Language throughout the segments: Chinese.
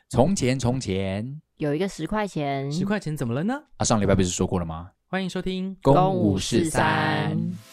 从前有一个10块钱 ，10块钱怎么了呢？ 上礼拜不是说过了吗？ 欢迎收听公543。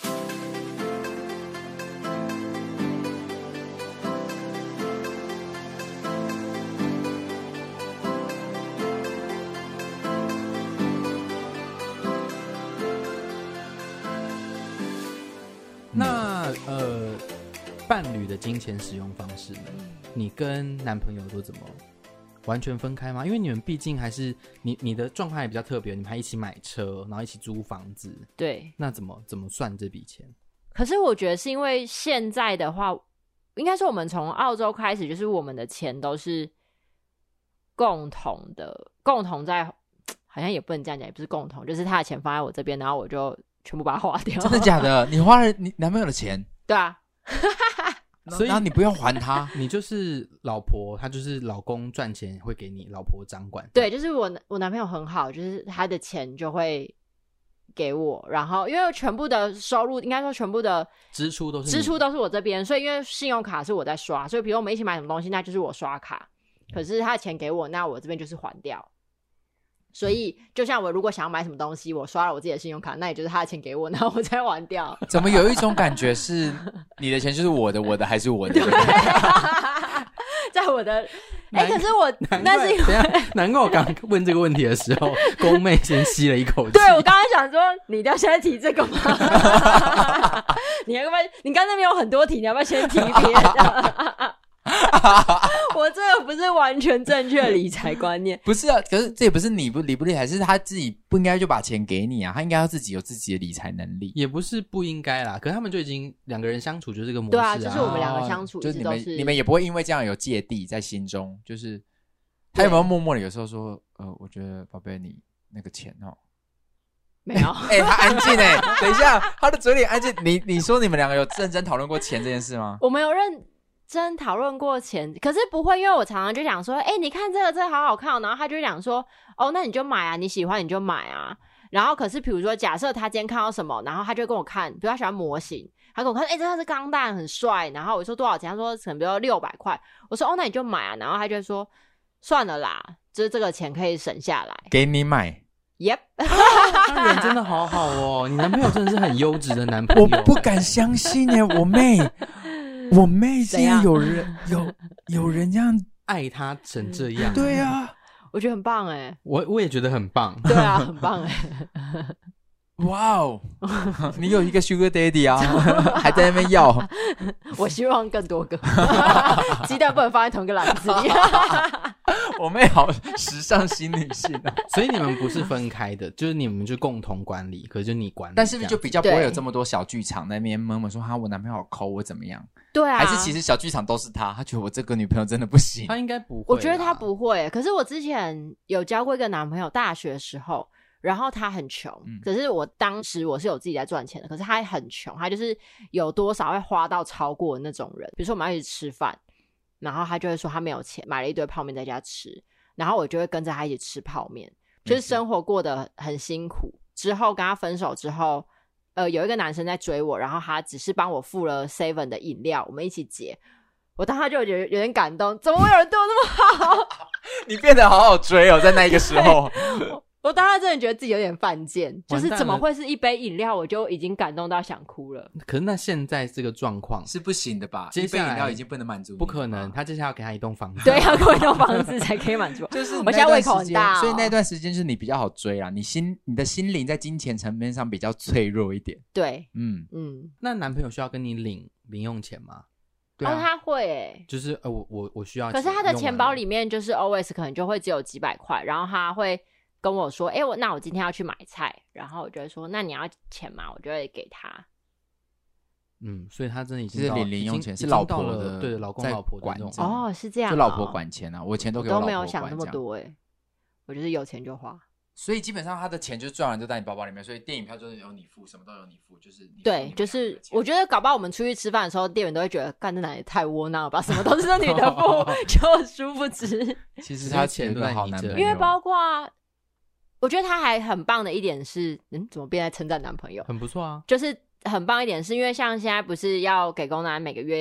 那伴侣的金钱使用方式呢？你跟男朋友都怎么完全分开吗？因为你们毕竟还是你的状况也比较特别，你们还一起买车，然后一起租房子。 对， 那怎么算这笔钱？ 可是我觉得是因为现在的话，应该说我们从澳洲开始，就是我们的钱都是共同在，好像也不能这样讲，也不是共同，就是他的钱放在我这边，然后我就全部把它花掉。 真的假的？你花了你男朋友的钱？ 对啊。 所以然后你不用还他， 你就是老婆，他就是老公赚钱会给你，老婆掌管。 对，就是我男朋友很好，就是他的钱就会给我，然后因为全部的收入，应该说全部的支出都是我这边，所以因为信用卡是我在刷，所以比如我们一起买什么东西，那就是我刷卡，可是他的钱给我，那我这边就是还掉。所以就像我如果想要买什么东西，我刷了我自己的信用卡，那也就是他的钱给我，然后我再还掉。 怎么有一种感觉是你的钱就是我的，我的还是我的？ 在我的可是我那是因为难怪我刚问这个问题的时候，宫妹先吸了一口气。 对，我刚才想说，你一定要现在提这个吗？你要不要？你刚才那边有很多题，你要不要先提别的？我这个不是完全正确的理财观念。 不是啊，可是这也不是你理不理财，是他自己不应该就把钱给你啊，他应该要自己有自己的理财能力。 也不是不应该啦，可是他们就已经两个人相处就是这个模式啊。 对啊，就是我们两个相处就是一直都是你们也不会因为这样有芥蒂在心中，就是他有没有默默的有时候说我觉得宝贝你那个钱没有他安静等一下他的嘴里安静。你说你们两个有认真讨论过钱这件事吗？ 我们有认真讨论过钱，可是不会，因为我常常就讲说你看这个好好看然后他就讲说那你就买啊，你喜欢你就买啊。然后可是比如说假设他今天看到什么，然后他就跟我看，比如他喜欢模型，他跟我看这个是钢弹很帅，然后我说多少钱，他说可能比如600块，我说那你就买啊，然后他就说算了啦，就是这个钱可以省下来给你买。 Yep 他人真的好好哦，你男朋友真的是很优质的男朋友。 我不敢相信我妹竟然有人这样爱他成这样。 对啊， 我觉得很棒我也觉得很棒。 对啊，很棒哇哦，你有一个 Sugar Daddy 啊，还在那边要。 我希望更多个鸡蛋不能放在同一个篮子里。 我妹好时尚新女性啊。 所以你们不是分开的，就是你们就共同管理，可是就你管理， 但是不是就比较不会有这么多小剧场那边闷闷说我男朋友好抠我怎么样？ 对啊， 还是其实小剧场都是他觉得我这个女朋友真的不行。 他应该不会， 我觉得他不会。可是我之前有交过一个男朋友，大学的时候，然后他很穷，可是我当时我是有自己在赚钱的，可是他很穷，他就是有多少会花到超过的那种人。比如说我们要一起吃饭，然后他就会说他没有钱，买了一堆泡面在家吃，然后我就会跟着他一起吃泡面，就是生活过得很辛苦。之后跟他分手之后，有一个男生在追我，然后他只是帮我付了 7 的饮料，我们一起结。我当时就觉得有点感动，怎么会有人对我那么好？ 你变得好好追在那一个时候。 我当时真的觉得自己有点犯贱，就是怎么会是一杯饮料我就已经感动到想哭了。 可是那现在这个状况是不行的吧？ 接下来一杯饮料已经不能满足你， 不可能，他接下来要给他一栋房子。 对，要给我一栋房子才可以满足。 就是我现在胃口很大所以那段时间就是你比较好追啦，你的心灵在金钱层面上比较脆弱一点。 对， 那男朋友需要跟你领零用钱吗？ 对啊， 他会就是我需要钱， 可是他的钱包里面就是 always 可能就会只有几百块，然后他会跟我说那我今天要去买菜，然后我就会说那你要钱吗？我就会给他。 所以他真的已经是领零用钱，是老婆的， 对，老公老婆管这种。 是这样就老婆管钱啊，我钱都给我老婆管。 我都没有想那么多我就是有钱就花。 所以基本上他的钱就赚完就在你包包里面，所以电影票就是由你付，什么都由你付，就是你对，就是我觉得搞不好我们出去吃饭的时候，店员都会觉得干这男也太窝囊了吧，什么都是这女的付，就殊不知其实他钱都在好男朋友。 因为包括我觉得他还很棒的一点是，怎么变在称赞男朋友？ 很不错啊， 就是很棒一点是因为像现在不是要给公男每个月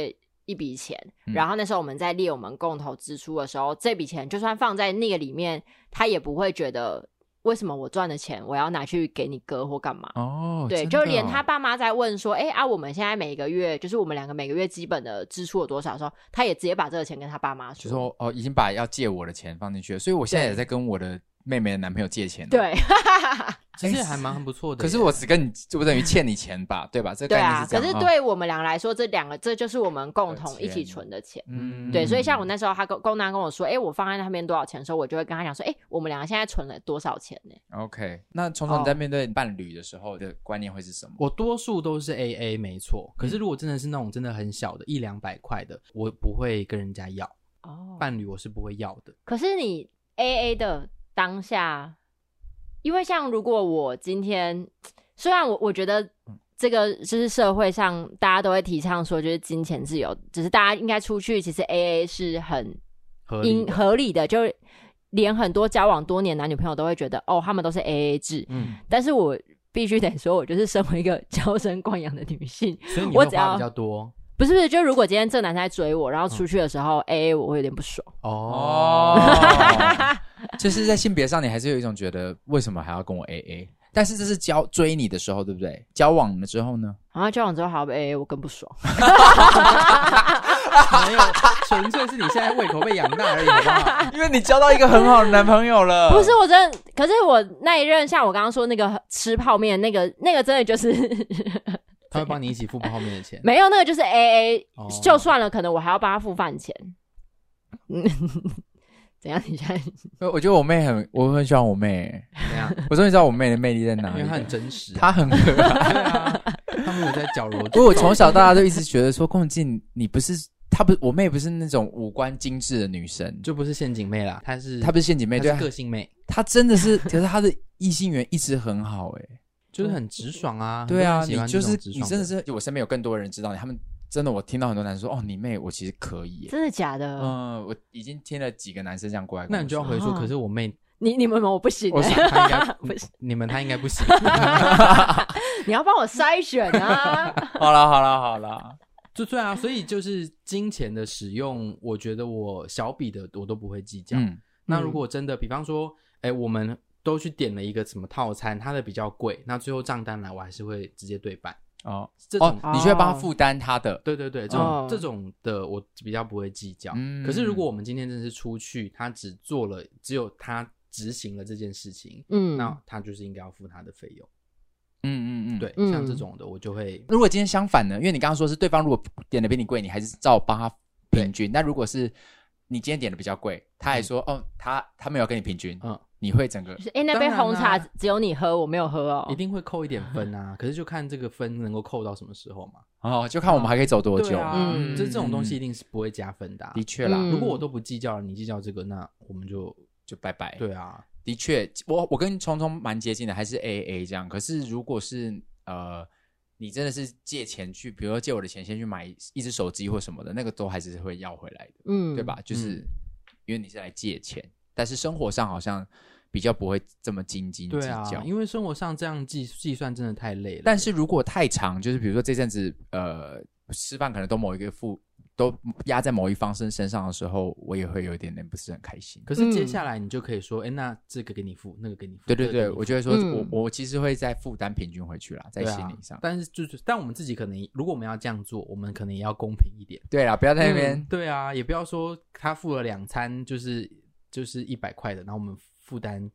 一笔钱，然后那时候我们在列我们共同支出的时候，这笔钱就算放在那个里面，他也不会觉得为什么我赚的钱我要拿去给你哥或干嘛。对，就连他爸妈在问说我们现在每个月就是我们2个每个月基本的支出有多少的时候，他也直接把这个钱跟他爸妈说， 就说已经把要借我的钱放进去了，所以我现在也在跟我的妹妹的男朋友借钱。 对其实还蛮不错的。 可是我只跟你就不等于欠你钱吧，对吧？这个概念是这样。 可是对我们2个来说，这就是我们共同一起存的钱。对，所以像我那时候他公男跟我说我放在那边多少钱的时候，我就会跟他讲说我们2个现在存了多少钱呢。 OK， 那虫虫你在面对伴侣的时候的观念会是什么？ 我多数都是 AA 没错，可是如果真的是那种真的很小的100-200块的，我不会跟人家要。伴侣我是不会要的。 可是你 AA 的当下，因为像如果我今天，虽然我觉得这个就是社会上大家都会提倡说就是金钱自由，只是大家应该出去其实 AA 是很合理的，就连很多交往多年男女朋友都会觉得他们都是 AA 制。但是我必须得说，我就是身为一个娇生惯养的女性， 所以你会花比较多。 不是，就如果今天这个男生在追我，然后出去的时候AA 我会有点不爽。 就是在性别上你还是有一种觉得为什么还要跟我 AA， 但是这是追你的时候对不对？交往了之后呢？然后交往之后还要被 AA 我更不爽。 没有，纯粹是你现在胃口被养大而已好不好？ 因为你交到一个很好的男朋友了。 不是，我真的，可是我那一任像我刚刚说那个吃泡面那个真的就是他会帮你一起付泡面的钱。 没有，那个就是 AA，就算了，可能我还要帮他付饭钱。怎样？你现在？ 我觉得我很喜欢我妹。 怎样？ 我终于知道我妹的魅力在哪里， 因为她很真实， 她很可爱。 对啊，她没有在矫揉。 不过我从小到大都一直觉得说，龚静你不是。我妹不是那种五官精致的女生， 就不是陷阱妹啦。她不是陷阱妹，对， 个性妹。 她真的是，可是她的异性缘一直很好， 就是很直爽啊。 对啊，你真的是，就我身边有更多人知道你，他们真的，我听到很多男生说，你妹，我其实可以。 真的假的？ 我已经听了几个男生这样过来跟我说。 那你就要回说，可是我妹， 你们我不行， 她应该不行，你们她应该不行。 你要帮我筛选啊！ 好啦。 就对啊，所以就是金钱的使用，我觉得我小笔的我都不会计较。那如果真的，比方说，我们都去点了一个什么套餐，它的比较贵，那最后账单来，我还是会直接对半。你就会帮他负担他的。 对，这种的我比较不会计较。可是如果我们今天真的是出去，他只有他执行了这件事情，那他就是应该要付他的费用。对，像这种的我就会。 如果今天相反呢？因为你刚刚说是对方如果点的比你贵，你还是照帮他平均。那如果是你今天点的比较贵，他还说他没有跟你平均，你会整个那杯红茶只有你喝，我没有喝一定会扣一点分啊。可是就看这个分能够扣到什么时候嘛。 就看我们还可以走多久。 这种东西一定是不会加分的。 的确啦， 如果我都不计较了，你计较这个，那我们就拜拜。对啊。 的确，我跟聪聪蛮接近的，还是 AA 这样。可是如果是你真的是借钱去，比如说借我的钱先去买一只手机或什么的，那个都还是会要回来的，对吧？就是因为你是来借钱，但是生活上好像比较不会这么斤斤计较。 对啊，因为生活上这样计算真的太累了。 但是如果太长，就是比如说这阵子吃饭可能都压在某一方身上的时候，我也会有一点点不是很开心。 可是接下来你就可以说，那这个给你付，那个给你付。 对，我就会说，我其实会再负担平均回去啦，在心理上。 但我们自己可能，如果我们要这样做，我们可能也要公平一点。 对啦，不要在那边。 对啊，也不要说他付了2餐就是100块的，然后我们负担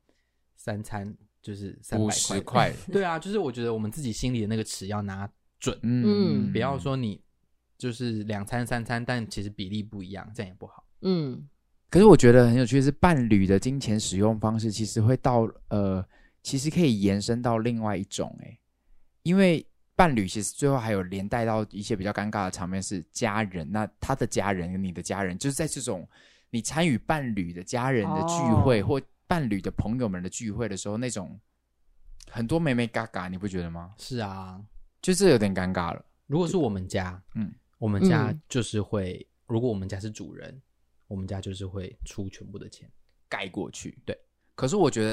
3餐就是350 块。 对啊，就是我觉得我们自己心里的那个尺要拿准。不要说你。就是2餐3餐，但其实比例不一样，这样也不好。 可是我觉得很有趣的是，伴侣的金钱使用方式其实会到其实可以延伸到另外一种因为伴侣其实最后还有连带到一些比较尴尬的场面是家人，那他的家人跟你的家人，就是在这种你参与伴侣的家人的聚会或伴侣的朋友们的聚会的时候，那种很多妹妹嘎嘎，你不觉得吗？ 是啊， 就是有点尴尬了。 如果是我们家，我们家就是会，如果我们家是主人，我们家就是会出全部的钱盖过去。 对， 可是我觉得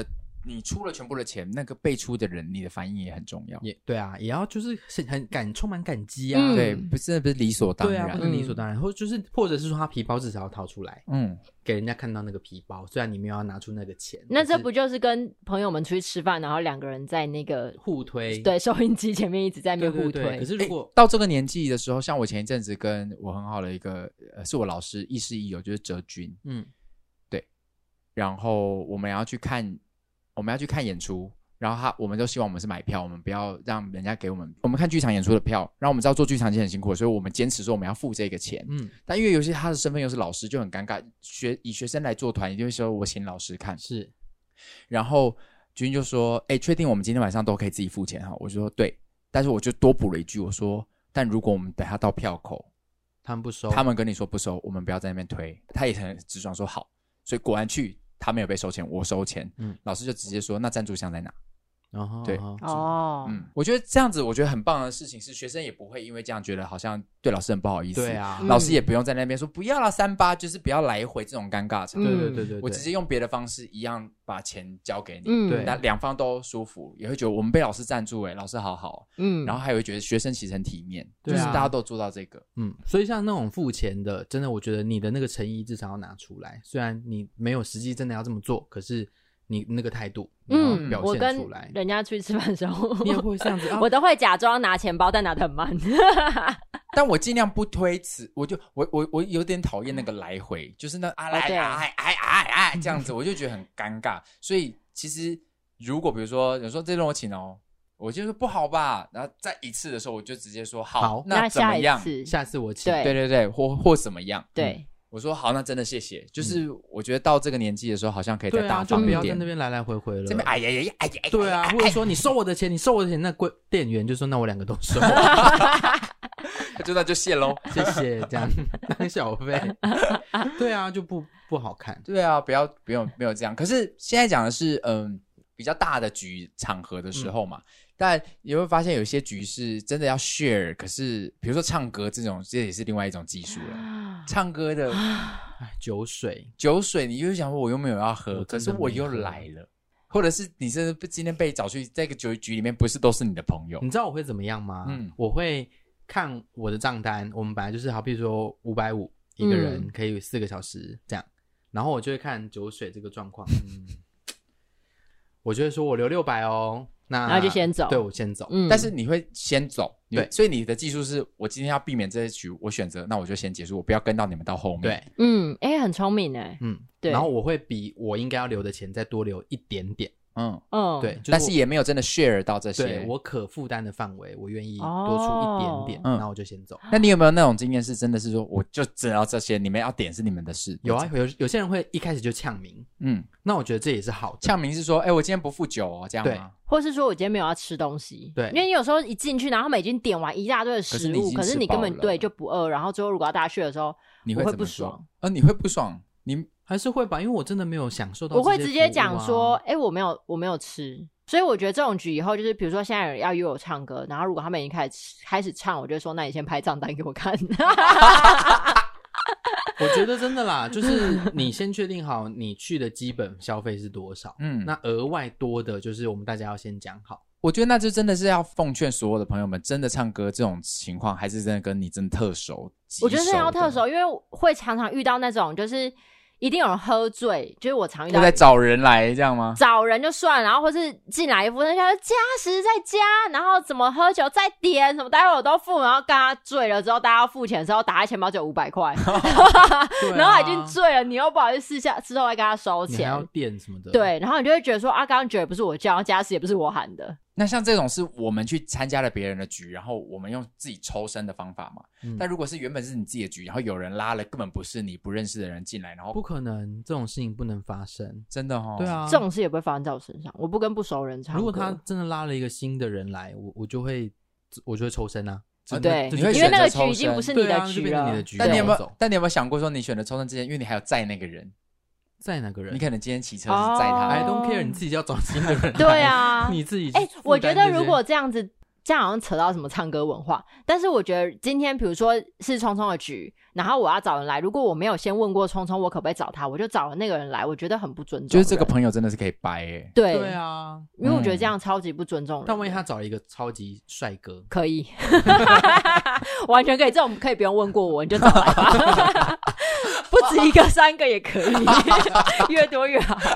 你出了全部的钱，那个被出的人，你的反应也很重要。 也对啊，也要就是充满感激啊。 对，不是理所当然， 对啊，不是理所当然，或者是说他皮包至少要掏出来，给人家看到那个皮包，虽然你没有要拿出那个钱。 那这不就是跟朋友们出去吃饭，然后2个人在那个互推， 对，收音机前面一直在那边互推。 对，可是如果到这个年纪的时候，像我前一阵子跟我很好的一个是我老师亦师亦友，就是哲君，对，然后我们要去看演出，然后我们都希望我们是买票，我们不要让人家给我们看剧场演出的票，然后我们知道做剧场也很辛苦，所以我们坚持说我们要付这个钱。但因为有些他的身份又是老师，就很尴尬，以学生来做团，一定会说我请老师看。 是， 然后君就说确定我们今天晚上都可以自己付钱哈？我就说对，但是我就多补了一句，我说但如果我们等下到票口他们不收， 他们跟你说不收，我们不要在那边推。他也很直爽说好，所以果然去他没有被收钱，我收钱。老师就直接说那赞助箱在哪？对我觉得这样子，我觉得很棒的事情是，学生也不会因为这样觉得好像对老师很不好意思。 对啊， 老师也不用在那边说不要啦38，就是不要来回这种尴尬场。 对， 我直接用别的方式一样把钱交给你。对，那2方都舒服，也会觉得我们被老师赞助，老师好好。然后还会觉得学生其实很体面，就是大家都做到这个。 所以像那种付钱的，真的我觉得你的那个诚意至少要拿出来，虽然你没有实际真的要这么做，可是你那个态度你要表现出来。 我跟人家去吃饭的时候， 你也会这样子我都会假装拿钱包，但拿得很慢。 但我尽量不推辞，我有点讨厌那个来回，就是那来这样子，我就觉得很尴尬。所以其实如果比如说有时候这顿我请哦，我就说不好吧，然后再一次的时候我就直接说好，那怎么样？ 下次我请。 对，或怎么样？ 对。 我说好，那真的谢谢。就是我觉得到这个年纪的时候，好像可以再大方一点， 就不要在那边来来回回了。 这边对啊，或者说你收我的钱，那店员就说那我2个都收， 那就谢喽， 谢谢，这样当小费。对啊，就不好看。 对啊，不要没有这样。可是现在讲的是比较大的局场合的时候嘛。但你会发现有些局是真的要 share， 可是比如说唱歌这种，这也是另外一种技术了。唱歌的酒水， 你就想说我又没有要喝，可是我又来了，或者是你是今天被找去这个局里面，不是都是你的朋友？ 你知道我会怎么样吗？我会看我的账单，我们本来就是好，比如说550一个人可以4个小时这样，然后我就会看酒水这个状况，我就会说我留600哦。 然后就先走， 对，我先走。 但是你会先走， 对， 所以你的技术是我今天要避免这些局，我选择那我就先结束，我不要跟到你们到后面。 对，很聪明对。 然后我会比我应该要留的钱再多留一点点。对，就是但是也没有真的 share 到这些， 对，我可负担的范围，我愿意多出一点点，然后我就先走。 那你有没有那种经验是真的是说我就只要这些，你们要点是你们的事？ 有啊，有些人会一开始就呛名，那我觉得这也是好的。 呛名是说我今天不付酒哦，这样吗？ 或是说我今天没有要吃东西， 对， 因为你有时候一进去，然后他们已经点完一大堆的食物，可是你根本就不饿，然后最后如果要大家去的时候， 你会不爽。 你会不爽？你还是会吧，因为我真的没有享受到。 我会直接讲说，我没有吃。所以我觉得这种局以后就是，比如说现在有人要约我唱歌，然后如果他们已经开始唱，我就说那你先拍账单给我看。 我觉得真的啦，就是你先确定好你去的基本消费是多少，那额外多的就是我们大家要先讲好。 我觉得那就真的是要奉劝所有的朋友们，真的唱歌这种情况，还是真的跟你真的特熟。 我觉得是要特熟，因为会常常遇到那种就是一定有人喝醉，就是我常遇到。 在找人来这样吗？ 找人就算，然后或是进来一副人家加时再加，然后怎么喝酒再点什么，待会我都付，然后跟他醉了之后，大家要付钱的时候，打开钱包就有500块，然后他已经醉了，你又不好意思事后再跟他收钱， 你还要垫什么的， 对，然后你就会觉得说刚刚酒也不是我叫，加时也不是我喊的。 那像这种是我们去参加了别人的局，然后我们用自己抽身的方法嘛。但如果是原本是你自己的局，然后有人拉了根本不是你不认识的人进来，然后不可能，这种事情不能发生， 真的对啊， 这种事也不会发生在我身上。我不跟不熟人唱歌。 如果他真的拉了一个新的人来，我就会抽身啊。 对， 你会因为那个局已经不是你的局了。 但你有没有想过说，你选择抽身之前，因为你还有载那个人。 载哪个人？ 你可能今天骑车是载他。 I don't care， 你自己要找新的人。 对啊， 你自己。 我觉得如果这样子这样好像扯到什么唱歌文化，但是我觉得今天比如说是聪聪的局，然后我要找人来，如果我没有先问过聪聪我可不可以找他，我就找了那个人来，我觉得很不尊重人。 就是这个朋友真的是可以掰欸。 对啊， 因为我觉得这样超级不尊重人。 但万一他找了一个超级帅哥， 可以完全可以，这种可以不用问过我，你就找来吧不止1个3个也可以越多越好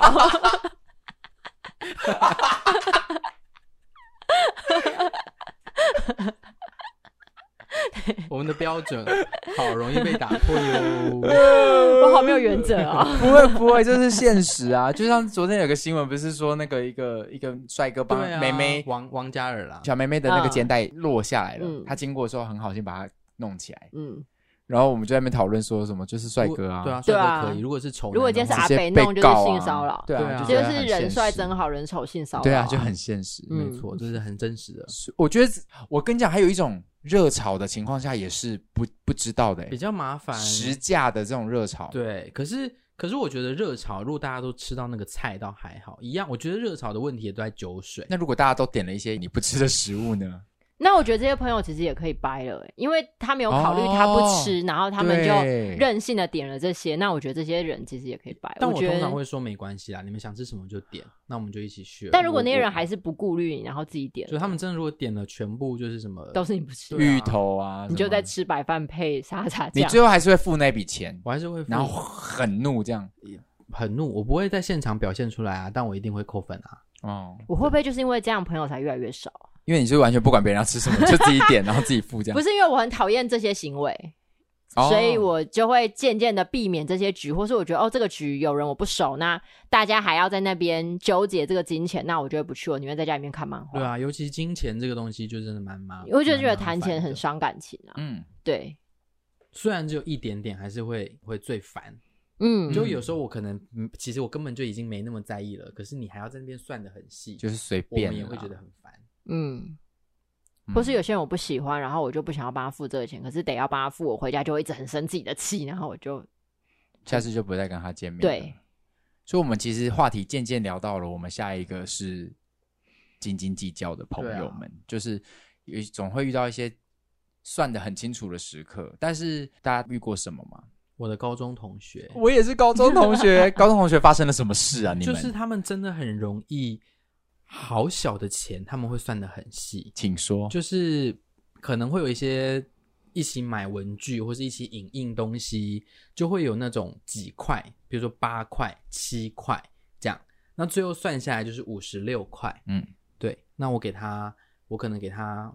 我们的标准好容易被打破哟我好没有原则啊不会，这是现实啊。就像昨天有个新闻，不是说那个一个帅哥帮妹妹王嘉尔啦， 小妹妹的那个肩带落下来了，他经过的时候很好心把它弄起来，然后我们就在那边讨论说什么就是帅哥啊， 对啊，帅哥可以。如果是丑男， 如果今天是阿北弄就是性骚扰， 对啊， 就是人帅真好人丑性骚扰， 对啊，就很现实， 没错，这是很真实的。 我觉得我跟你讲，还有一种热潮的情况下也是不知道的， 比较麻烦， 实价的这种热潮。 对，可是我觉得热潮如果大家都吃到那个菜倒还好，一样，我觉得热潮的问题也都在酒水。 那如果大家都点了一些你不吃的食物呢？ 那我觉得这些朋友其实也可以掰了，因为他没有考虑他不吃，然后他们就任性的点了这些，那我觉得这些人其实也可以掰。 但我通常会说没关系啦，你们想吃什么就点，那我们就一起share。 但如果那些人还是不顾虑你，然后自己点， 就他们真的如果点了全部就是什么都是你不吃， 芋头啊， 你就在吃白饭配沙茶酱， 你最后还是会付那笔钱， 我还是会付， 然后很怒这样， 很怒，我不会在现场表现出来啊，但我一定会扣分啊。 哦， 我会不会就是因为这样朋友才越来越少啊？ 因为你是完全不管别人要吃什么，就自己点，然后自己付这样。 不是因为我很讨厌这些行为，所以我就会渐渐的避免这些局，或是我觉得这个局有人我不熟，那大家还要在那边纠结这个金钱，那我就会不去，我宁愿在家里面看漫画。 对啊，尤其金钱这个东西就真的蛮麻烦， 我就觉得谈钱很伤感情啊。对， 虽然只有一点点，还是会最烦。就有时候我可能其实我根本就已经没那么在意了，可是你还要在那边算得很细， 就是随便， 我们也会觉得很烦。 或是有些人我不喜欢，然后我就不想要帮他付这个钱，可是得要帮他付，我回家就会一直很生自己的气，然后我就下次就不会再跟他见面了。 对， 所以我们其实话题渐渐聊到了，我们下一个是斤斤计较的朋友们，就是总会遇到一些算得很清楚的时刻，但是大家遇过什么吗？ 我的高中同学， 我也是高中同学高中同学发生了什么事啊？你们就是他们真的很容易，好小的钱他们会算得很细。 请说。 就是可能会有一起买文具或是一起影印东西，就会有那种几块，比如说8块7块这样，那最后算下来就是56块。对，那我可能给他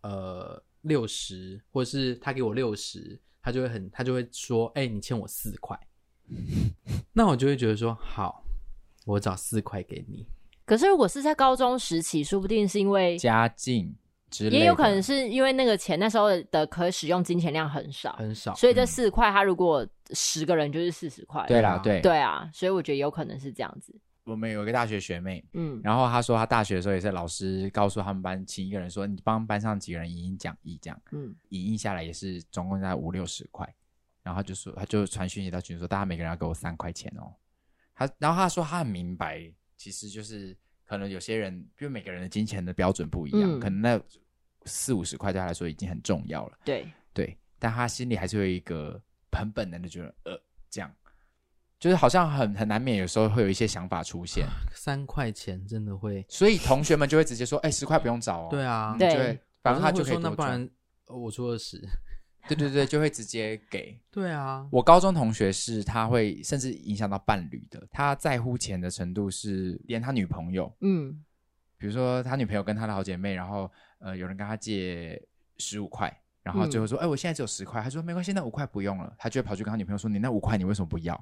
60，或者是他给我60，他就会说你欠我4块那我就会觉得说好，我找4块给你。 可是如果是在高中时期，说不定是因为家境之类的， 也有可能是因为那个钱那时候的可使用金钱量很少，所以这4块他如果10个人就是40块。 对啦，对啊，所以我觉得有可能是这样子。 我们有一个大学学妹，然后她说她大学的时候也是老师告诉他们班请一个人说你帮班上几个人影印讲义这样，影印下来也是总共在50-60块，然后他就传讯息到群说大家每个人要给我3块钱哦。然后他说他很明白，其实就是可能有些人因为每个人的金钱的标准不一样，可能那40-50块对他来说已经很重要了，对，但他心里还是有一个很本能的觉得这样。就是好像很难免有时候会有一些想法出现 ，3块钱真的会， 所以同学们就会直接说10块不用找哦。 对啊， 对， 反正他就可以多说那不然我出20。 对，就会直接给。 对啊， 我高中同学是他会甚至影响到伴侣的，他在乎钱的程度是连他女朋友，比如说他女朋友跟他的好姐妹，然后有人跟他借15块，然后最后说我现在只有10块，他说没关系，那5块不用了，他就会跑去跟他女朋友说你那5块你为什么不要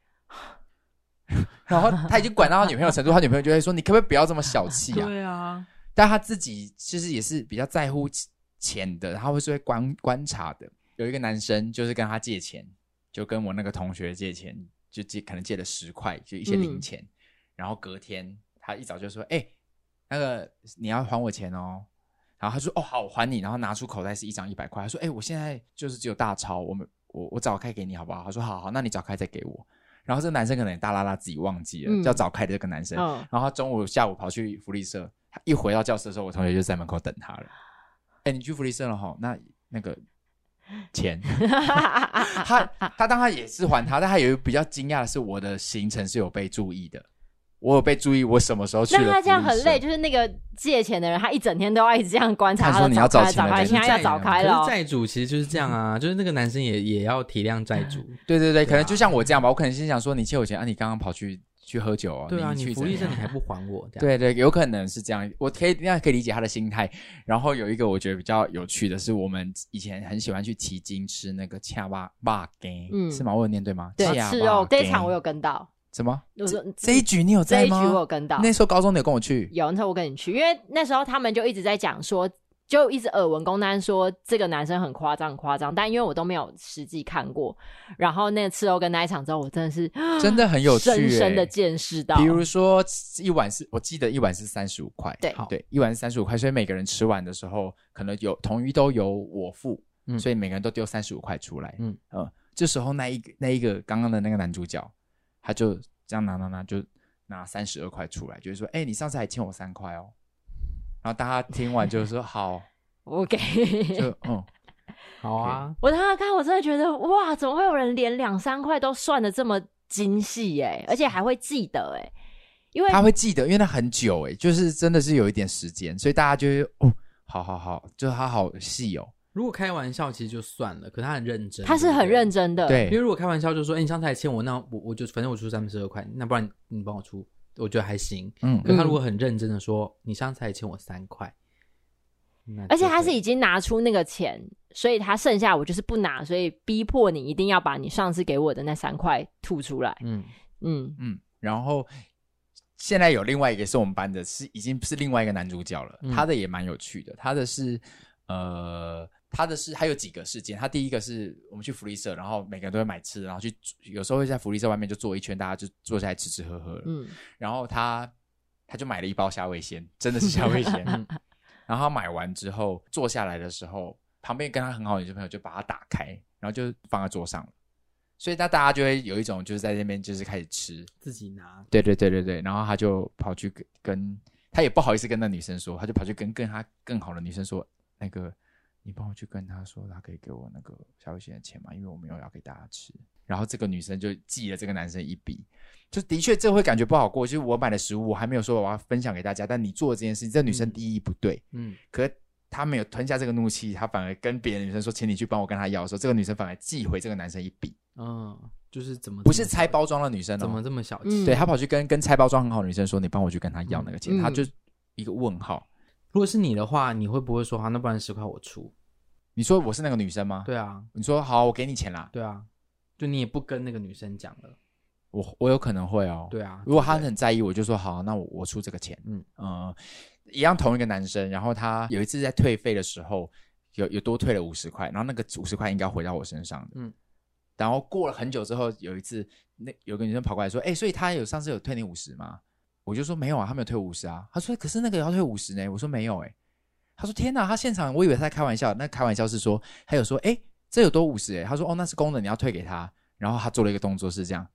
然后他已经管到他女朋友的程度，他女朋友就会说你可不可以不要这么小气啊？ 对啊， 但他自己其实也是比较在乎钱的，他会是会观察的。有一个男生就是跟他借钱，就跟我那个同学借钱，就可能借了10块，就一些零钱，然后隔天他一早就说那个你要还我钱哦，然后他说好我还你，然后拿出口袋是一张100块，他说我现在就是只有大钞，我找开给你好不好？他说好，那你找开再给我。然后这个男生可能也大拉拉自己忘记了，叫找开的这个男生，然后他中午下午跑去福利社，他一回到教室的时候，我同学就在门口等他了。 你去福利社了齁，那个钱他当然也是还他，但他有一个比较惊讶的是，我的行程是有被注意的，我有被注意我什么时候去了福利社。 那他这样很累，就是那个借钱的人，他一整天都要一直这样观察， 他说你要找钱的人， 现在要找开了。 可是债主其实就是这样啊，就是那个男生也要体谅债主。 对对对，可能就像我这样吧，我可能心想说，你借我钱啊，你刚刚跑去喝酒哦， 对啊， 你福利社你还不还我？这样对对，有可能是这样，我可以理解他的心态。然后有一个我觉得比较有趣的是，我们以前很喜欢去旗津吃那个恰巴羹，是吗？我有念对吗？ 对，是哦，这一场我有跟到。 什么？这一局你有在吗？ 这一局我有跟到。 那时候高中你有跟我去？ 有，那时候我跟你去，因为那时候他们就一直在讲说，就一直耳闻公单说这个男生很夸张，但因为我都没有实际看过，然后那个赤肉跟那一场之后，我真的是真的很有趣， 深深的见识到。 比如说我记得一碗是35块，对，一碗是35块，所以每个人吃完的时候，可能统一都由我付，所以每个人都丢35块出来，这时候那一个刚刚的那个男主角，他就这样拿就拿32块出来，就是说，你上次还欠我3块哦。然后大家听完就说好 ，OK， 就好啊。 我当时看，我真的觉得哇，怎么会有人连2-3块都算得这么精细而且还会记得因为他会记得，因为他很久就是真的是有一点时间，所以大家就会好，就他好细哦。 如果开玩笑其实就算了，可是他很认真， 他是很认真的。 对， 因为如果开玩笑就说，你上次还欠我，那我就反正我出32块，那不然你帮我出，我觉得还行。可是他如果很认真的说，你上次还欠我3块， 而且他是已经拿出那个钱，所以他剩下我就是不拿，所以逼迫你一定要把你上次给我的那3块吐出来。 然后现在有另外一个是我们班的，已经是另外一个男主角了，他的也蛮有趣的，他的是还有几个事件。他第一个是我们去福利社，然后每个人都会买吃的，然后有时候会在福利社外面就坐一圈，大家就坐下来吃喝了。然后他就买了一包虾味鲜，真的是虾味鲜。然后他买完之后坐下来的时候，旁边跟他很好的女生朋友就把它打开，然后就放在桌上了。所以大家就会有一种就是在那边就是开始吃， 自己拿。 对，然后他就跑去跟他也不好意思跟那女生说，他就跑去跟他更好的女生说，那个你帮我去跟他说，他可以给我那个消费险的钱吗？因为我没有要给大家吃。然后这个女生就记了这个男生一笔，就的确这会感觉不好过，就是我买的食物我还没有说我要分享给大家，但你做的这件事情，这女生第一不对，可是他没有吞下这个怒气，他反而跟别的女生说，请你去帮我跟他要的时候，这个女生反而寄回这个男生一笔。 就是怎么不是拆包装的女生怎么这么小气？ 对，他跑去跟拆包装很好的女生说，你帮我去跟他要那个钱，他就一个问号。 如果是你的话，你会不会说好，那不然10块我出？ 你说我是那个女生吗？ 对啊， 你说好，我给你钱啦。 对啊，就你也不跟那个女生讲了。 我有可能会哦。 对啊， 如果他很在意，我就说好，那我出这个钱。一样同一个男生，然后他有一次在退费的时候，有多退了50块，然后那个50块应该回到我身上的。然后过了很久之后，有一次有个女生跑过来说，所以他上次有退你50吗？我就说没有啊，他没有退50啊。他说可是那个也要退50呢。我说没有他说天哪，他现场我以为他在开玩笑，那开玩笑是说他有说这有多50他说那是公的，你要退给他。然后他做了一个动作是这样，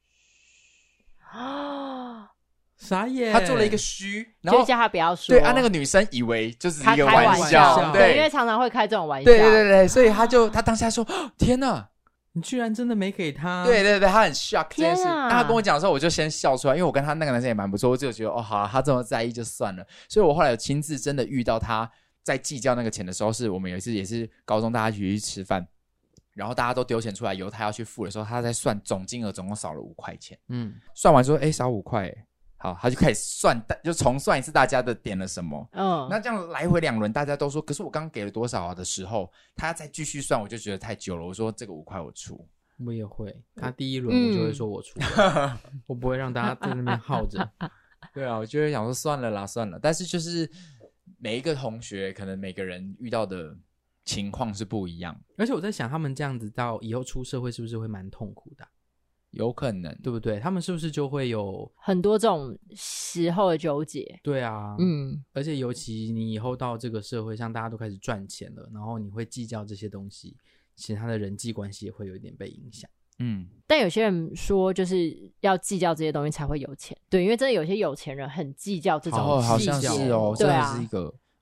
傻眼， 他做了一个虚，然后就叫他不要说。 对那个女生以为就是一个玩笑， 对，因为常常会开这种玩笑。 对，所以他当下说天哪， 你居然真的没给他？ 对，他很 shock 这件事。那他跟我讲的时候，我就先笑出来，因为我跟他那个男生也蛮不错，我就觉得好他这么在意就算了。所以我后来有亲自真的遇到他在计较那个钱的时候，是我们有一次也是高中大家一起去吃饭，然后大家都丢钱出来，由他要去付的时候，他在算总金额，总共少了5块钱。算完说少5块好，他就开始算，就重算一次大家的点了什么。那这样来回2轮，大家都说，可是我刚刚给了多少啊的时候，他再继续算，我就觉得太久了。我说这个5块我出， 我也会。他第一轮我就会说我出，我不会让大家在那边耗着。 对啊，我就会想说算了啦，算了。但是就是每一个同学，可能每个人遇到的情况是不一样。 而且我在想，他们这样子到以后出社会，是不是会蛮痛苦的？ 有可能， 对不对？他们是不是就会有很多这种时候的纠结？ 对啊，而且尤其你以后到这个社会上，大家都开始赚钱了，然后你会计较这些东西，其实他的人际关系也会有一点被影响。 但有些人说就是要计较这些东西才会有钱，对，因为真的有些有钱人很计较这种好像是对啊， 真的是一个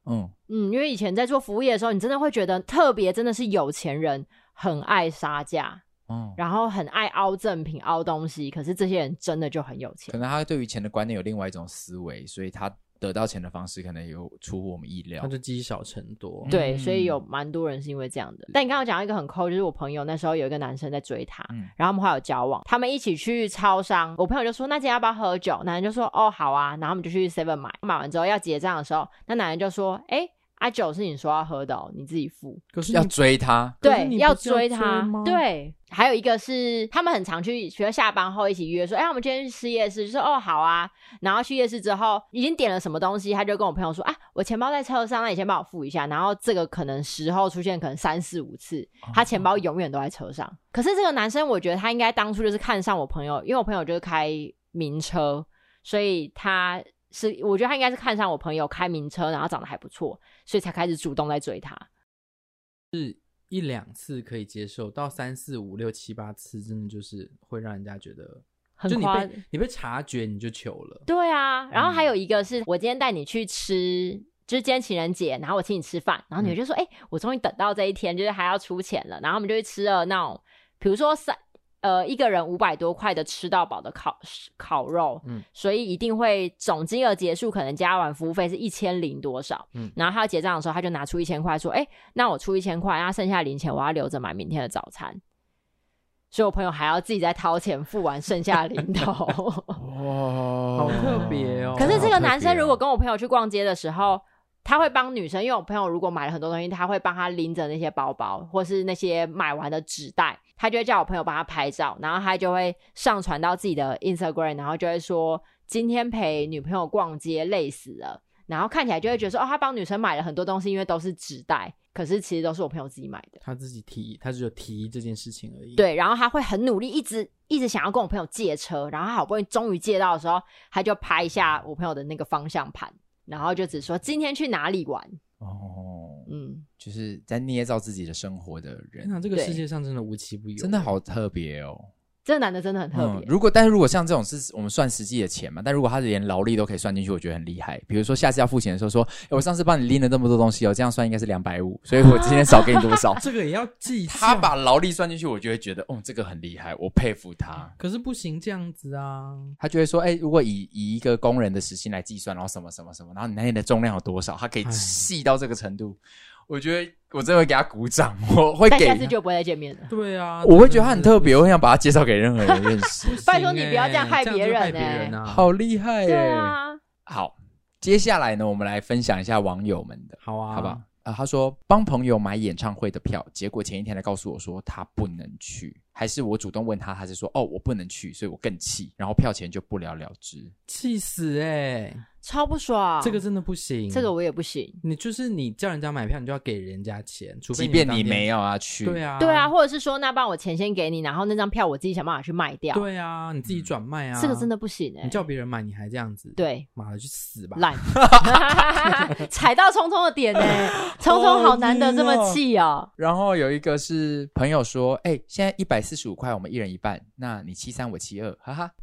因为以前在做服务业的时候，你真的会觉得特别真的是有钱人很爱杀价，然后很爱凹赠品凹东西，可是这些人真的就很有钱， 可能他对于钱的观念有另外一种思维，所以他得到钱的方式可能有出乎我们意料， 他就积少成多。 对，所以有蛮多人是因为这样的。但你刚刚讲到一个很抠，就是我朋友那时候有一个男生在追她，然后他们后来有交往，他们一起去超商，我朋友就说那今天要不要喝酒，男人就说哦好啊，然后他们就去 7 买完之后要结账的时候，那男人就说酒是你说要喝的你自己付。 可是要追他， 对，要追他，对。还有一个是他们很常去，比如下班后一起约说我们今天去吃夜市，就说哦好啊，然后去夜市之后已经点了什么东西，他就跟我朋友说我钱包在车上，那你先帮我付一下，然后这个可能时候出现可能3、4、5次，他钱包永远都在车上。可是这个男生我觉得他应该当初就是看上我朋友，因为我朋友就是开名车，所以我觉得他应该是看上我朋友开名车，然后长得还不错，所以才开始主动在追他。 是1、2次可以接受，到3、4、5、6、7、8次，真的就是会让人家觉得很就你被察觉你就糗了。 对啊，然后还有一个是我今天带你去吃，就是今天情人节，然后我请你吃饭，然后你就说我终于等到这一天，就是还要出钱了，然后我们就去吃了那种比如说一个人500多块的吃到饱的烤肉，所以一定会总金额结束可能加完服务费是1000多少，然后他要结账的时候他就拿出1000块说那我出1000块，那剩下零钱我要留着买明天的早餐，所以我朋友还要自己再掏钱付完剩下的零头。 哇，好特别哦。 可是这个男生如果跟我朋友去逛街的时候，他会帮女生，因为我朋友如果买了很多东西，他会帮他拎着那些包包或是那些买完的纸袋，他就会叫我朋友帮他拍照，然后他就会上传到自己的 Instagram， 然后就会说今天陪女朋友逛街累死了，然后看起来就会觉得说他帮女生买了很多东西，因为都是纸袋，可是其实都是我朋友自己买的， 他自己提，他只有提这件事情而已。 对，然后他会很努力一直想要跟我朋友借车，然后他好不容易终于借到的时候，他就拍一下我朋友的那个方向盘，然后就只说今天去哪里玩。 就是在捏造自己的生活的人。 这个世界上真的无奇不有， 真的好特别哦。 这个男的真的很特别。 但是如果像这种是我们算实际的钱嘛，但如果他连劳力都可以算进去，我觉得很厉害。比如说下次要付钱的时候说我上次帮你拎了这么多东西这样算应该是250，所以我今天少给你多少。 这个也要计较。 他把劳力算进去，我就会觉得这个很厉害，我佩服他。 可是不行这样子啊。 他就会说如果以一个工人的时薪来计算，然后什么什么什么，然后你那天的重量有多少，他可以细到这个程度，我觉得我真的会给他鼓掌，我会给。 但下次就不会再见面了。 对啊， 我会觉得他很特别，我很想把他介绍给任何人认识。 拜托你不要这样害别人好厉害耶！ 对啊。 好，接下来呢，我们来分享一下网友们的， 好啊， 好吧？他说帮朋友买演唱会的票，结果前一天来告诉我说他不能去，还是我主动问他，他是说我不能去，所以我更气，然后票钱就不了了之， 气死超不爽。 这个真的不行， 这个我也不行。 你叫人家买票，你就要给人家钱，除非即便你没有要去。 对啊，或者是说那帮我钱先给你，然后那张票我自己想办法去卖掉。 对啊，你自己转卖啊。 这个真的不行你叫别人买你还这样子， 对， 妈的去死吧， 烂。踩到聪聪的点聪聪好难得这么气哦。 然后有一个是朋友说现在145块我们一人一半，那你73我72，哈哈。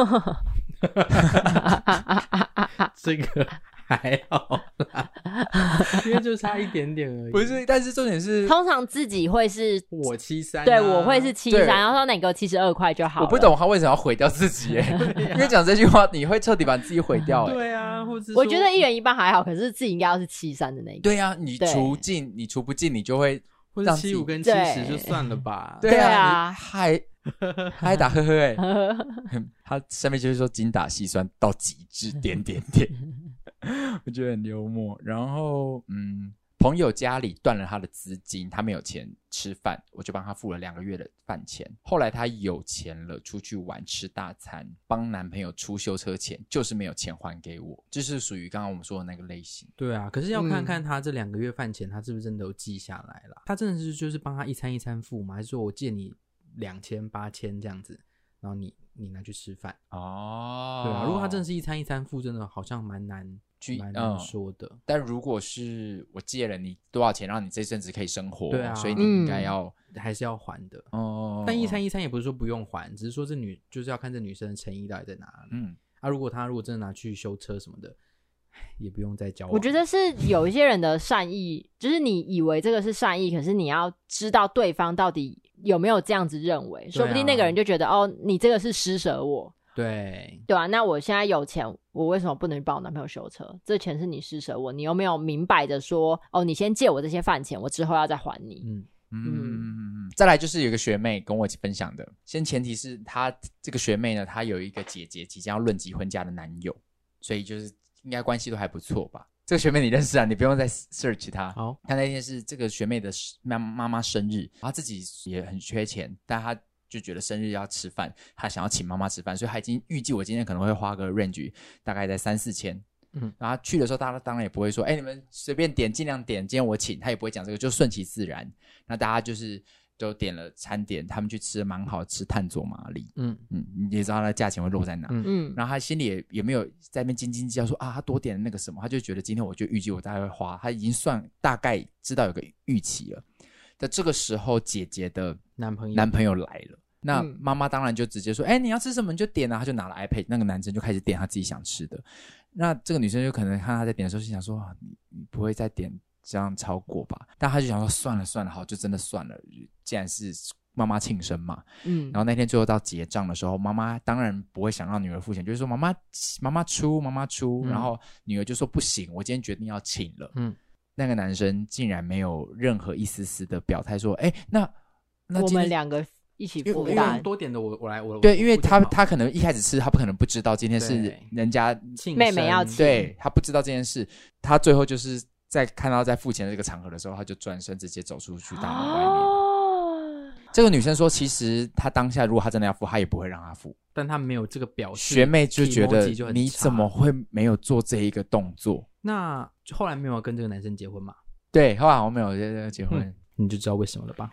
这个还好啦，因为就差一点点而已。 不是，但是重点是通常自己会是我73， 对，我会是73，然后说那你给我72块就好了。 我不懂他为什么要毁掉自己因为讲这句话你会彻底把自己毁掉对啊，或者我觉得一人一半还好，可是自己应该要是73的那一个。 对啊，你除不尽你就会或者75跟70就算了吧。 对啊， 还打呵呵他上面就是说精打细算到极致我觉得很幽默。然后朋友家里断了他的资金，他没有钱吃饭，我就帮他付了2个月的饭钱。后来他有钱了，出去玩吃大餐，帮男朋友出修车钱，就是没有钱还给我，就是属于刚刚我们说的那个类型。 对啊，可是要看看他这2个月饭钱他是不是真的有记下来了。他真的是就是帮他一餐一餐付吗？还是说我借你2000、8000这样子，然后你拿去吃饭？对啊，如果他真的是一餐一餐付，真的好像蛮难说的。 但如果是我借了你多少钱让你这阵子可以生活， 对啊， 所以你应该还是要还的。但一餐一餐也不是说不用还，只是说就是要看这女生的诚意到底在哪里。如果她真的拿去修车什么的， 也不用再交往。 我觉得是有一些人的善意，就是你以为这个是善意，可是你要知道对方到底有没有这样子认为，说不定那个人就觉得哦，你这个是施舍我。对啊，那我现在有钱，我为什么不能去帮我男朋友修车？这钱是你施舍我，你有没有明白的说，哦，你先借我这些饭钱，我之后要再还你。 再来就是有一个学妹跟我一起分享的，先前提是她这个学妹呢，她有一个姐姐即将要论及婚嫁的男友，所以就是应该关系都还不错吧。这个学妹你认识啊，你不用再 search 她。 好， 她那天是这个学妹的妈妈生日，她自己也很缺钱，但她就觉得生日要吃饭，她想要请妈妈吃饭，所以她已经预计我今天可能会花个 range 大概在3-4千。然后去的时候大家当然也不会说你们随便点尽量点，今天我请，他也不会讲这个，就顺其自然。那大家就是都点了餐点，他们去吃蛮好吃炭佐麻里，你也知道它的价钱会落在哪，然后他心里也没有在那边斤斤计较说他多点了那个什么，他就觉得今天我就预计我大概会花，他已经算大概知道有个预期了。在这个时候姐姐的男朋友来了，那妈妈当然就直接说你要吃什么你就点啊，他就拿了 iPad， 那个男生就开始点他自己想吃的。那这个女生就可能看他在点的时候心想说你不会再点这样超过吧，但他就想说算了好，就真的算了，既然是妈妈庆生嘛。然后那天最后到结账的时候，妈妈当然不会想让女儿付钱，就是说妈妈出，然后女儿就说不行，我今天决定要请了。那个男生竟然没有任何一丝丝的表态说那我们两个一起负担， 多点的我来对，因为他可能一开始吃，他不可能不知道今天是人家妹妹要请， 对，他不知道这件事，他最后就是在看到在付钱的这个场合的时候，他就转身直接走出去大门外面。这个女生说，其实她当下如果她真的要付，她也不会让她付， 但她没有这个表示。 学妹就觉得你怎么会没有做这一个动作？ 那后来没有跟这个男生结婚嘛？ 对，后来我没有结婚。 你就知道为什么了吧？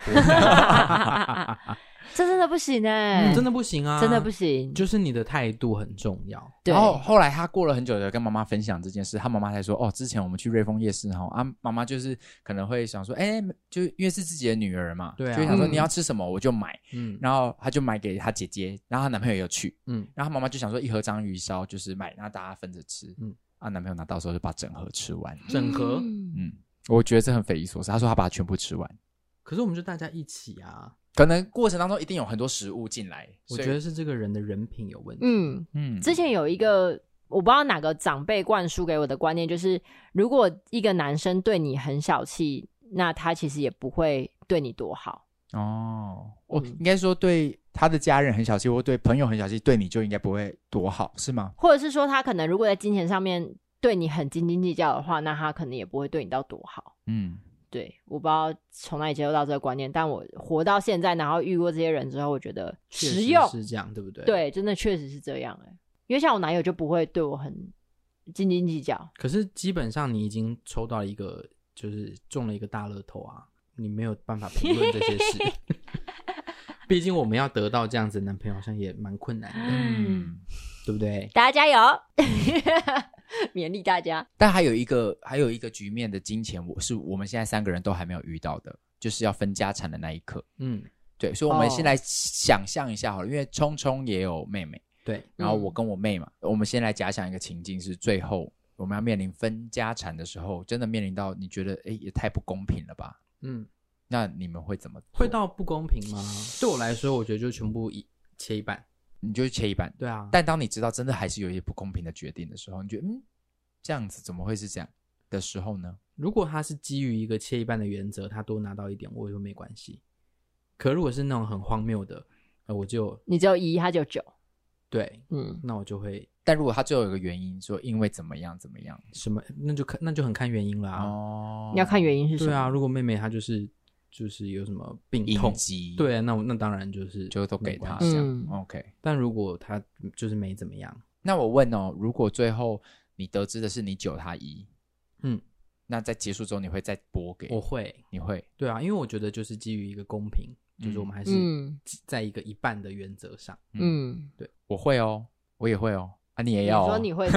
这真的不行真的不行啊， 真的不行， 就是你的态度很重要。 然后后来他过了很久的跟妈妈分享这件事，他妈妈才说之前我们去瑞丰夜市妈妈就是可能会想说就因为是自己的女儿嘛， 对啊， 就想说你要吃什么我就买，然后他就买给他姐姐，然后他男朋友也有去，然后他妈妈就想说一盒章鱼烧就是买，然后大家分着吃，男朋友拿到的时候就把整盒吃完， 整盒， 我觉得这很匪夷所思。他说他把它全部吃完， 可是我们就大家一起啊， 可能过程当中一定有很多食物进来， 我觉得是这个人的人品有问题。 之前有一个我不知道哪个长辈灌输给我的观念，就是如果一个男生对你很小气，那他其实也不会对你多好。 应该说对他的家人很小气，或对朋友很小气，对你就应该不会多好，是吗？ 或者是说他可能如果在金钱上面对你很斤斤计较的话，那他可能也不会对你到多好。对，我不知道从哪里接受到这个观念，但我活到现在，然后遇过这些人之后，我觉得实用是这样，对不对？ 对，真的确实是这样因为像我男友就不会对我很斤斤计较。 可是基本上你已经抽到一个，就是中了一个大乐透啊，你没有办法评论这些事。毕竟我们要得到这样子的男朋友，好像也蛮困难的，对不对？ 大家加油！勉励大家。 但还有一个局面的金钱，是我们现在3个人都还没有遇到的，就是要分家产的那一刻。对，所以我们先来想象一下好了，因为聪聪也有妹妹， 对， 然后我跟我妹嘛，我们先来假想一个情境，是最后我们要面临分家产的时候，真的面临到你觉得也太不公平了吧？那你们会怎么做？ 会到不公平吗？对我来说，我觉得就全部切一半。 你就切一半， 对啊。 但当你知道真的还是有一些不公平的决定的时候，你觉得这样子怎么会是这样的时候呢？ 如果他是基于一个切一半的原则，他多拿到一点我也没关系。可如果是那种很荒谬的，你只有1，他就9， 对，那我就会。 但如果他最后有一个原因说因为怎么样怎么样， 什么那就很看原因啦。 你要看原因是什么？ 对啊，如果妹妹她就是有什么病痛，对啊，那当然就都给他这样，OK。 但如果他就是没怎么样， 那我问如果最后你得知的是你9他1，那在结束之后你会再拨给？ 我会， 你会？ 对啊，因为我觉得就是基于一个公平，就是我们还是在一个一半的原则上。 对，我会我也会你也要你说你会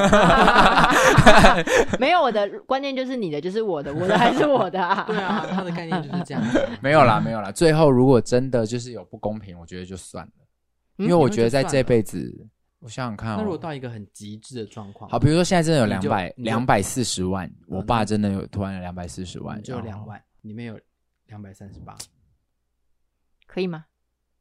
没有，我的观念就是你的就是我的，我的还是我的啊。 对啊，他的概念就是这样子。 没有啦，最后如果真的就是有不公平，我觉得就算了，因为我觉得在这辈子我想想看那如果到一个很极致的状况， 好，比如说现在真的有你就 240万，我爸真的有突然有240万， 就有2万，里面有238， 可以吗？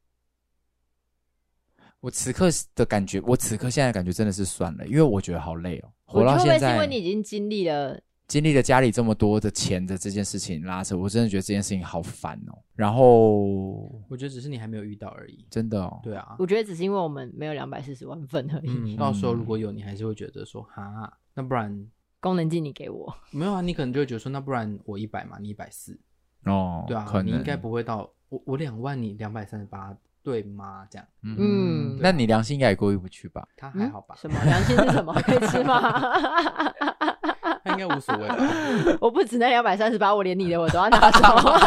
我此刻现在的感觉真的是算了，因为我觉得好累哦，活到我觉得会不会是现在因为你已经经历了家里这么多的钱的这件事情拉扯，我真的觉得这件事情好烦哦。然后我觉得只是你还没有遇到而已。 真的哦， 对啊， 我觉得只是因为我们没有240万份而已。 到时候如果有，你还是会觉得说哈，那不然功能机你给我没有啊？你可能就会觉得说，那不然我100嘛，你140， 对啊，你应该不会到我2万，你238，对吗？这样， 那你良心应该也过意不去吧？ 他还好吧？ 什么良心是什么？可以吃吗？ 他应该无所谓吧？ 我不止那238，我连你的我都要拿走。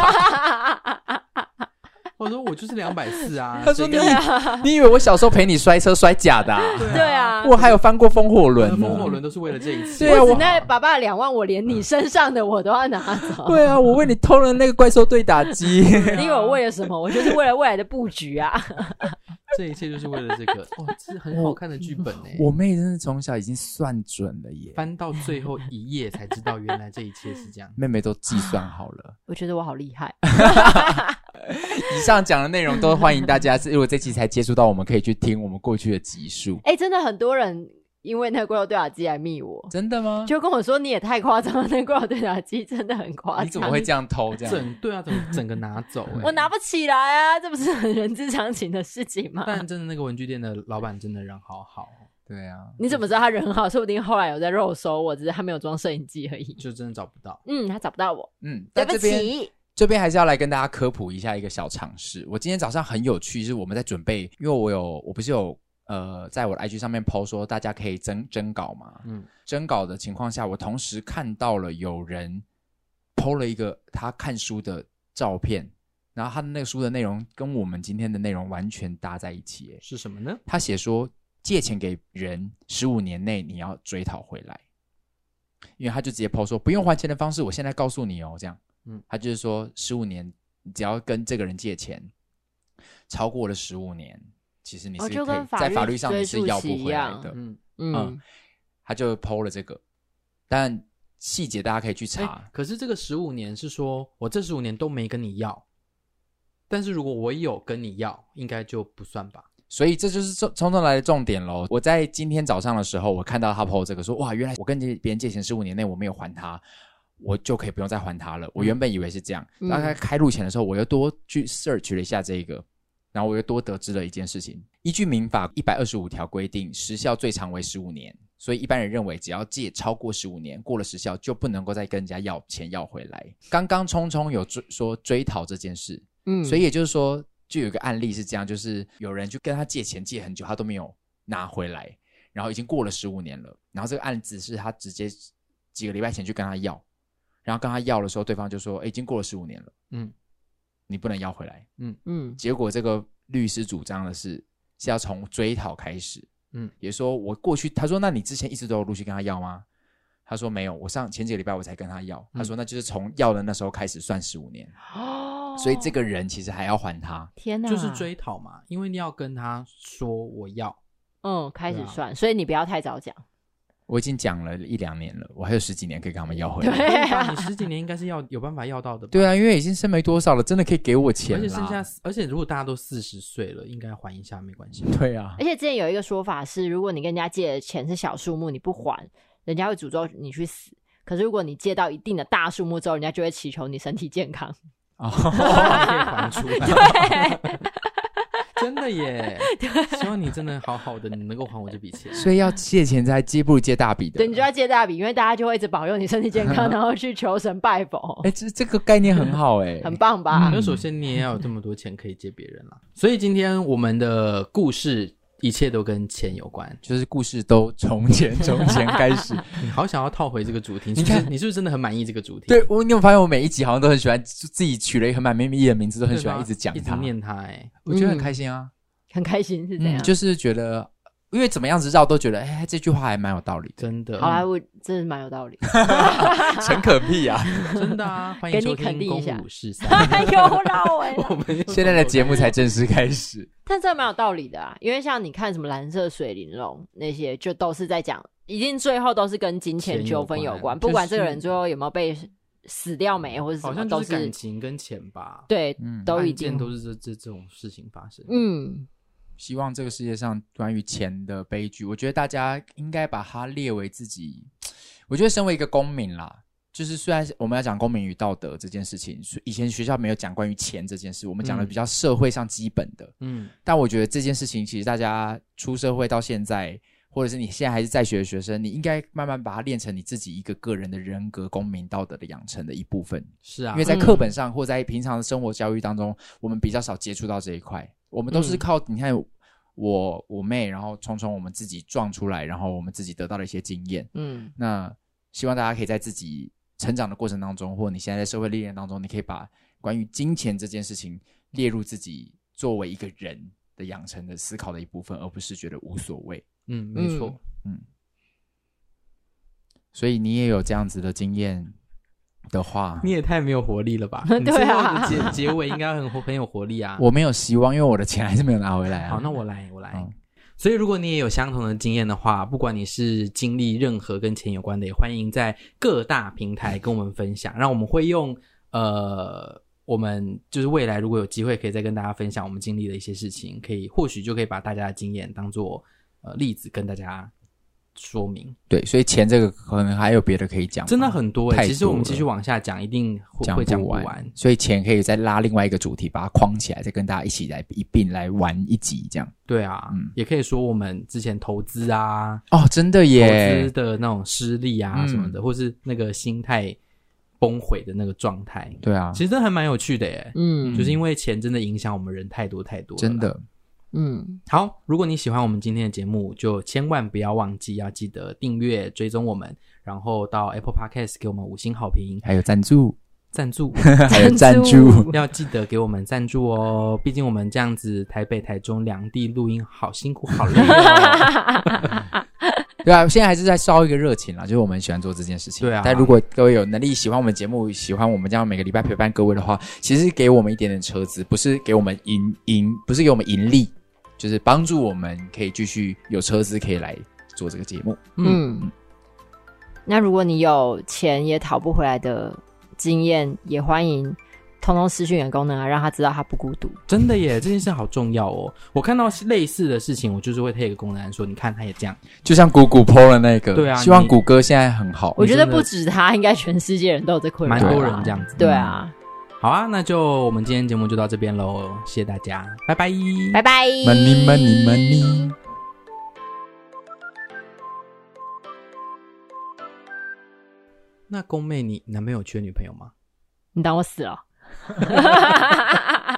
我说我就是240啊。 他说你以为我小时候陪你摔车摔假的？ 对啊， 我还有翻过风火轮， 风火轮都是为了这一次。 对啊， 我只那爸爸2万，我连你身上的我都要拿走。 对啊，我为你偷了那个怪兽对打机。 你以为我为了什么？我就是为了未来的布局啊。 这一切就是为了这个。哇，这是很好看的剧本欸。 我妹真是从小已经算准了耶， 翻到最后一页才知道原来这一切是这样。 妹妹都计算好了。 我觉得我好厉害。 以上讲的内容都欢迎大家，如果这期才接触到，我们可以去听我们过去的集数。 真的很多人因为那个怪兽对打机来密我。 真的吗？ 就跟我说你也太夸张了，那个怪兽对打机真的很夸张。 你怎么会这样偷？这样对啊，怎么整个拿走欸？ 我拿不起来啊，这不是很人之常情的事情吗？ 但真的那个文具店的老板真的人好好。 对啊， 你怎么知道他人很好？说不定后来有在肉搜我，只是他没有装摄影机而已。 就真的找不到。 他找不到我。 对不起。 这边还是要来跟大家科普一下一个小常识。我今天早上很有趣，是我们在准备，因为我不是有在我的 IG 上面 po 说大家可以征稿嘛。征稿的情况下，我同时看到了有人 po 了一个他看书的照片，然后他的那个书的内容跟我们今天的内容完全搭在一起耶。 是什么呢？ 他写说借钱给人15年内你要追讨回来，因为他就直接 po 说不用还钱的方式我现在告诉你哦，这样。他就是说15年你只要跟这个人借钱超过了15年，其实你是可以在法律上你是要不回来的。他就 po 了这个，但细节大家可以去查。 可是这个15年是说我这15年都没跟你要，但是如果我有跟你要，应该就不算吧。 所以这就是匆匆来的重点咯。我在今天早上的时候，我看到他 po 这个说，哇，原来我跟别人借钱15年内我没有还他，我就可以不用再还他了。我原本以为是这样，大概开录前的时候，我又多去 search 了一下这个，然后我又多得知了一件事情。依据民法125条规定，时效最长为15年，所以一般人认为只要借超过15年，过了时效就不能够再跟人家要钱要回来。刚刚聪聪有说追讨这件事，所以也就是说，就有一个案例是这样，就是有人就跟他借钱借很久，他都没有拿回来，然后已经过了15年了，然后这个案子是他直接几个礼拜前去跟他要。然后跟他要的时候，对方就说：“已经过了15年了，你不能要回来。”结果这个律师主张的是要从追讨开始，也说我过去，他说：“那你之前一直都有陆续跟他要吗？”他说：“没有，我前几个礼拜我才跟他要。”他说：“那就是从要的那时候开始算15年。”所以这个人其实还要还他。 天哪， 就是追讨嘛，因为你要跟他说我要， 开始算，所以你不要太早讲。 我已经讲了1-2年了，我还有10几年可以跟他们要回来。 对啊， 你10几年应该是有办法要到的吧？ 对啊，因为已经剩没多少了，真的可以给我钱啦。 而且如果大家都40岁了，应该还一下没关系。 对啊， 而且之前有一个说法是，如果你跟人家借的钱是小数目，你不还，人家会诅咒你去死。可是如果你借到一定的大数目之后，人家就会祈求你身体健康。 可以还出来。对。真的耶！希望你真的好好的，你能够还我这笔钱。 所以要借钱才不如借大笔的。 对，你就要借大笔，因为大家就会一直保佑你身体健康，然后去求神拜佛。 这个概念很好很棒吧？ 那首先你也要有这么多钱可以借别人啦。所以今天我们的故事一切都跟钱有关， 就是故事都从钱开始。 你好想要套回这个主题，你是不是真的很满意这个主题？ 对，你有发现我每一集好像都很喜欢自己取了一个很满意的名字，都很喜欢一直讲它， 一直念它。 我觉得很开心啊， 很开心是这样。 就是觉得因为怎么样子绕都觉得，哎，这句话还蛮有道理的。 真的， 好莱坞真的蛮有道理， 诚可屁啊！ 真的啊！欢迎收给你肯听公定一下五是三， 又绕回来。 我们现在的节目才正式开始。 但这蛮有道理的啊，因为像你看什么蓝色水玲珑那些，就都是在讲，一定最后都是跟金钱纠纷有关，不管这个人最后有没有被死掉没，或者什么， 好像都就是感情跟钱吧。 对，都一定案件都是这种事情发生。 希望这个世界上关于钱的悲剧，我觉得大家应该把它列为自己。我觉得身为一个公民啦，就是虽然我们要讲公民与道德这件事情，以前学校没有讲关于钱这件事，我们讲的比较社会上基本的。但我觉得这件事情其实大家出社会到现在，或者是你现在还是在学的学生，你应该慢慢把它练成你自己一个个人的人格、公民、道德的养成的一部分。 是啊， 因为在课本上或在平常的生活教育当中，我们比较少接触到这一块。我们都是靠你看我妹，然后从我们自己撞出来，然后我们自己得到的一些经验。那希望大家可以在自己成长的过程当中，或你现在在社会历练当中，你可以把关于金钱这件事情列入自己作为一个人的养成的思考的一部分，而不是觉得无所谓。 没错。 所以你也有这样子的经验的话， 你也太没有活力了吧？ 对啊， 你最后的结尾应该很有活力啊。 我没有希望，因为我的钱还是没有拿回来啊。 好，那我来。所以如果你也有相同的经验的话，不管你是经历任何跟钱有关的，也欢迎在各大平台跟我们分享，让我们会用我们就是未来如果有机会可以再跟大家分享我们经历的一些事情，或许就可以把大家的经验当作例子跟大家说明。对， 所以钱这个可能还有别的可以讲， 真的很多其实我们继续往下讲一定会讲不完， 所以钱可以再拉另外一个主题把它框起来，再跟大家一起来一并来玩一集这样。 对啊，也可以说我们之前投资啊， 真的耶， 投资的那种失利啊什么的，或是那个心态崩毁的那个状态。 对啊， 其实真的还蛮有趣的耶。就是因为钱真的影响我们人太多了，真的。好，如果你喜欢我们今天的节目，就千万不要忘记要记得订阅追踪我们，然后到 Apple Podcast 给我们5星好评， 还有赞助还有赞助要记得给我们赞助哦，毕竟我们这样子台北台中两地录音好辛苦好累哦。 对啊，现在还是在烧一个热情啦，就是我们喜欢做这件事情。 对啊， 但如果各位有能力喜欢我们节目，喜欢我们这样每个礼拜陪伴各位的话，其实给我们一点点车资，不是给我们不是给我们盈利，就是帮助我们可以继续有车资可以来做这个节目。 那如果你有钱也讨不回来的经验，也欢迎通通私讯员工呢，让他知道他不孤独。 真的耶，这件事好重要哦。我看到类似的事情，我就是会贴一个功能说，你看他也这样， 就像谷 PO 的那个。 对啊， 希望谷歌现在很好。 我觉得不止他，应该全世界人都有这困扰， 蛮多人这样子。 对啊。 好啊，那就我们今天节目就到这边咯，谢谢大家，拜拜， 拜拜 ，Money Money Money。 那宫妹，你男朋友缺女朋友吗？ 你当我死了？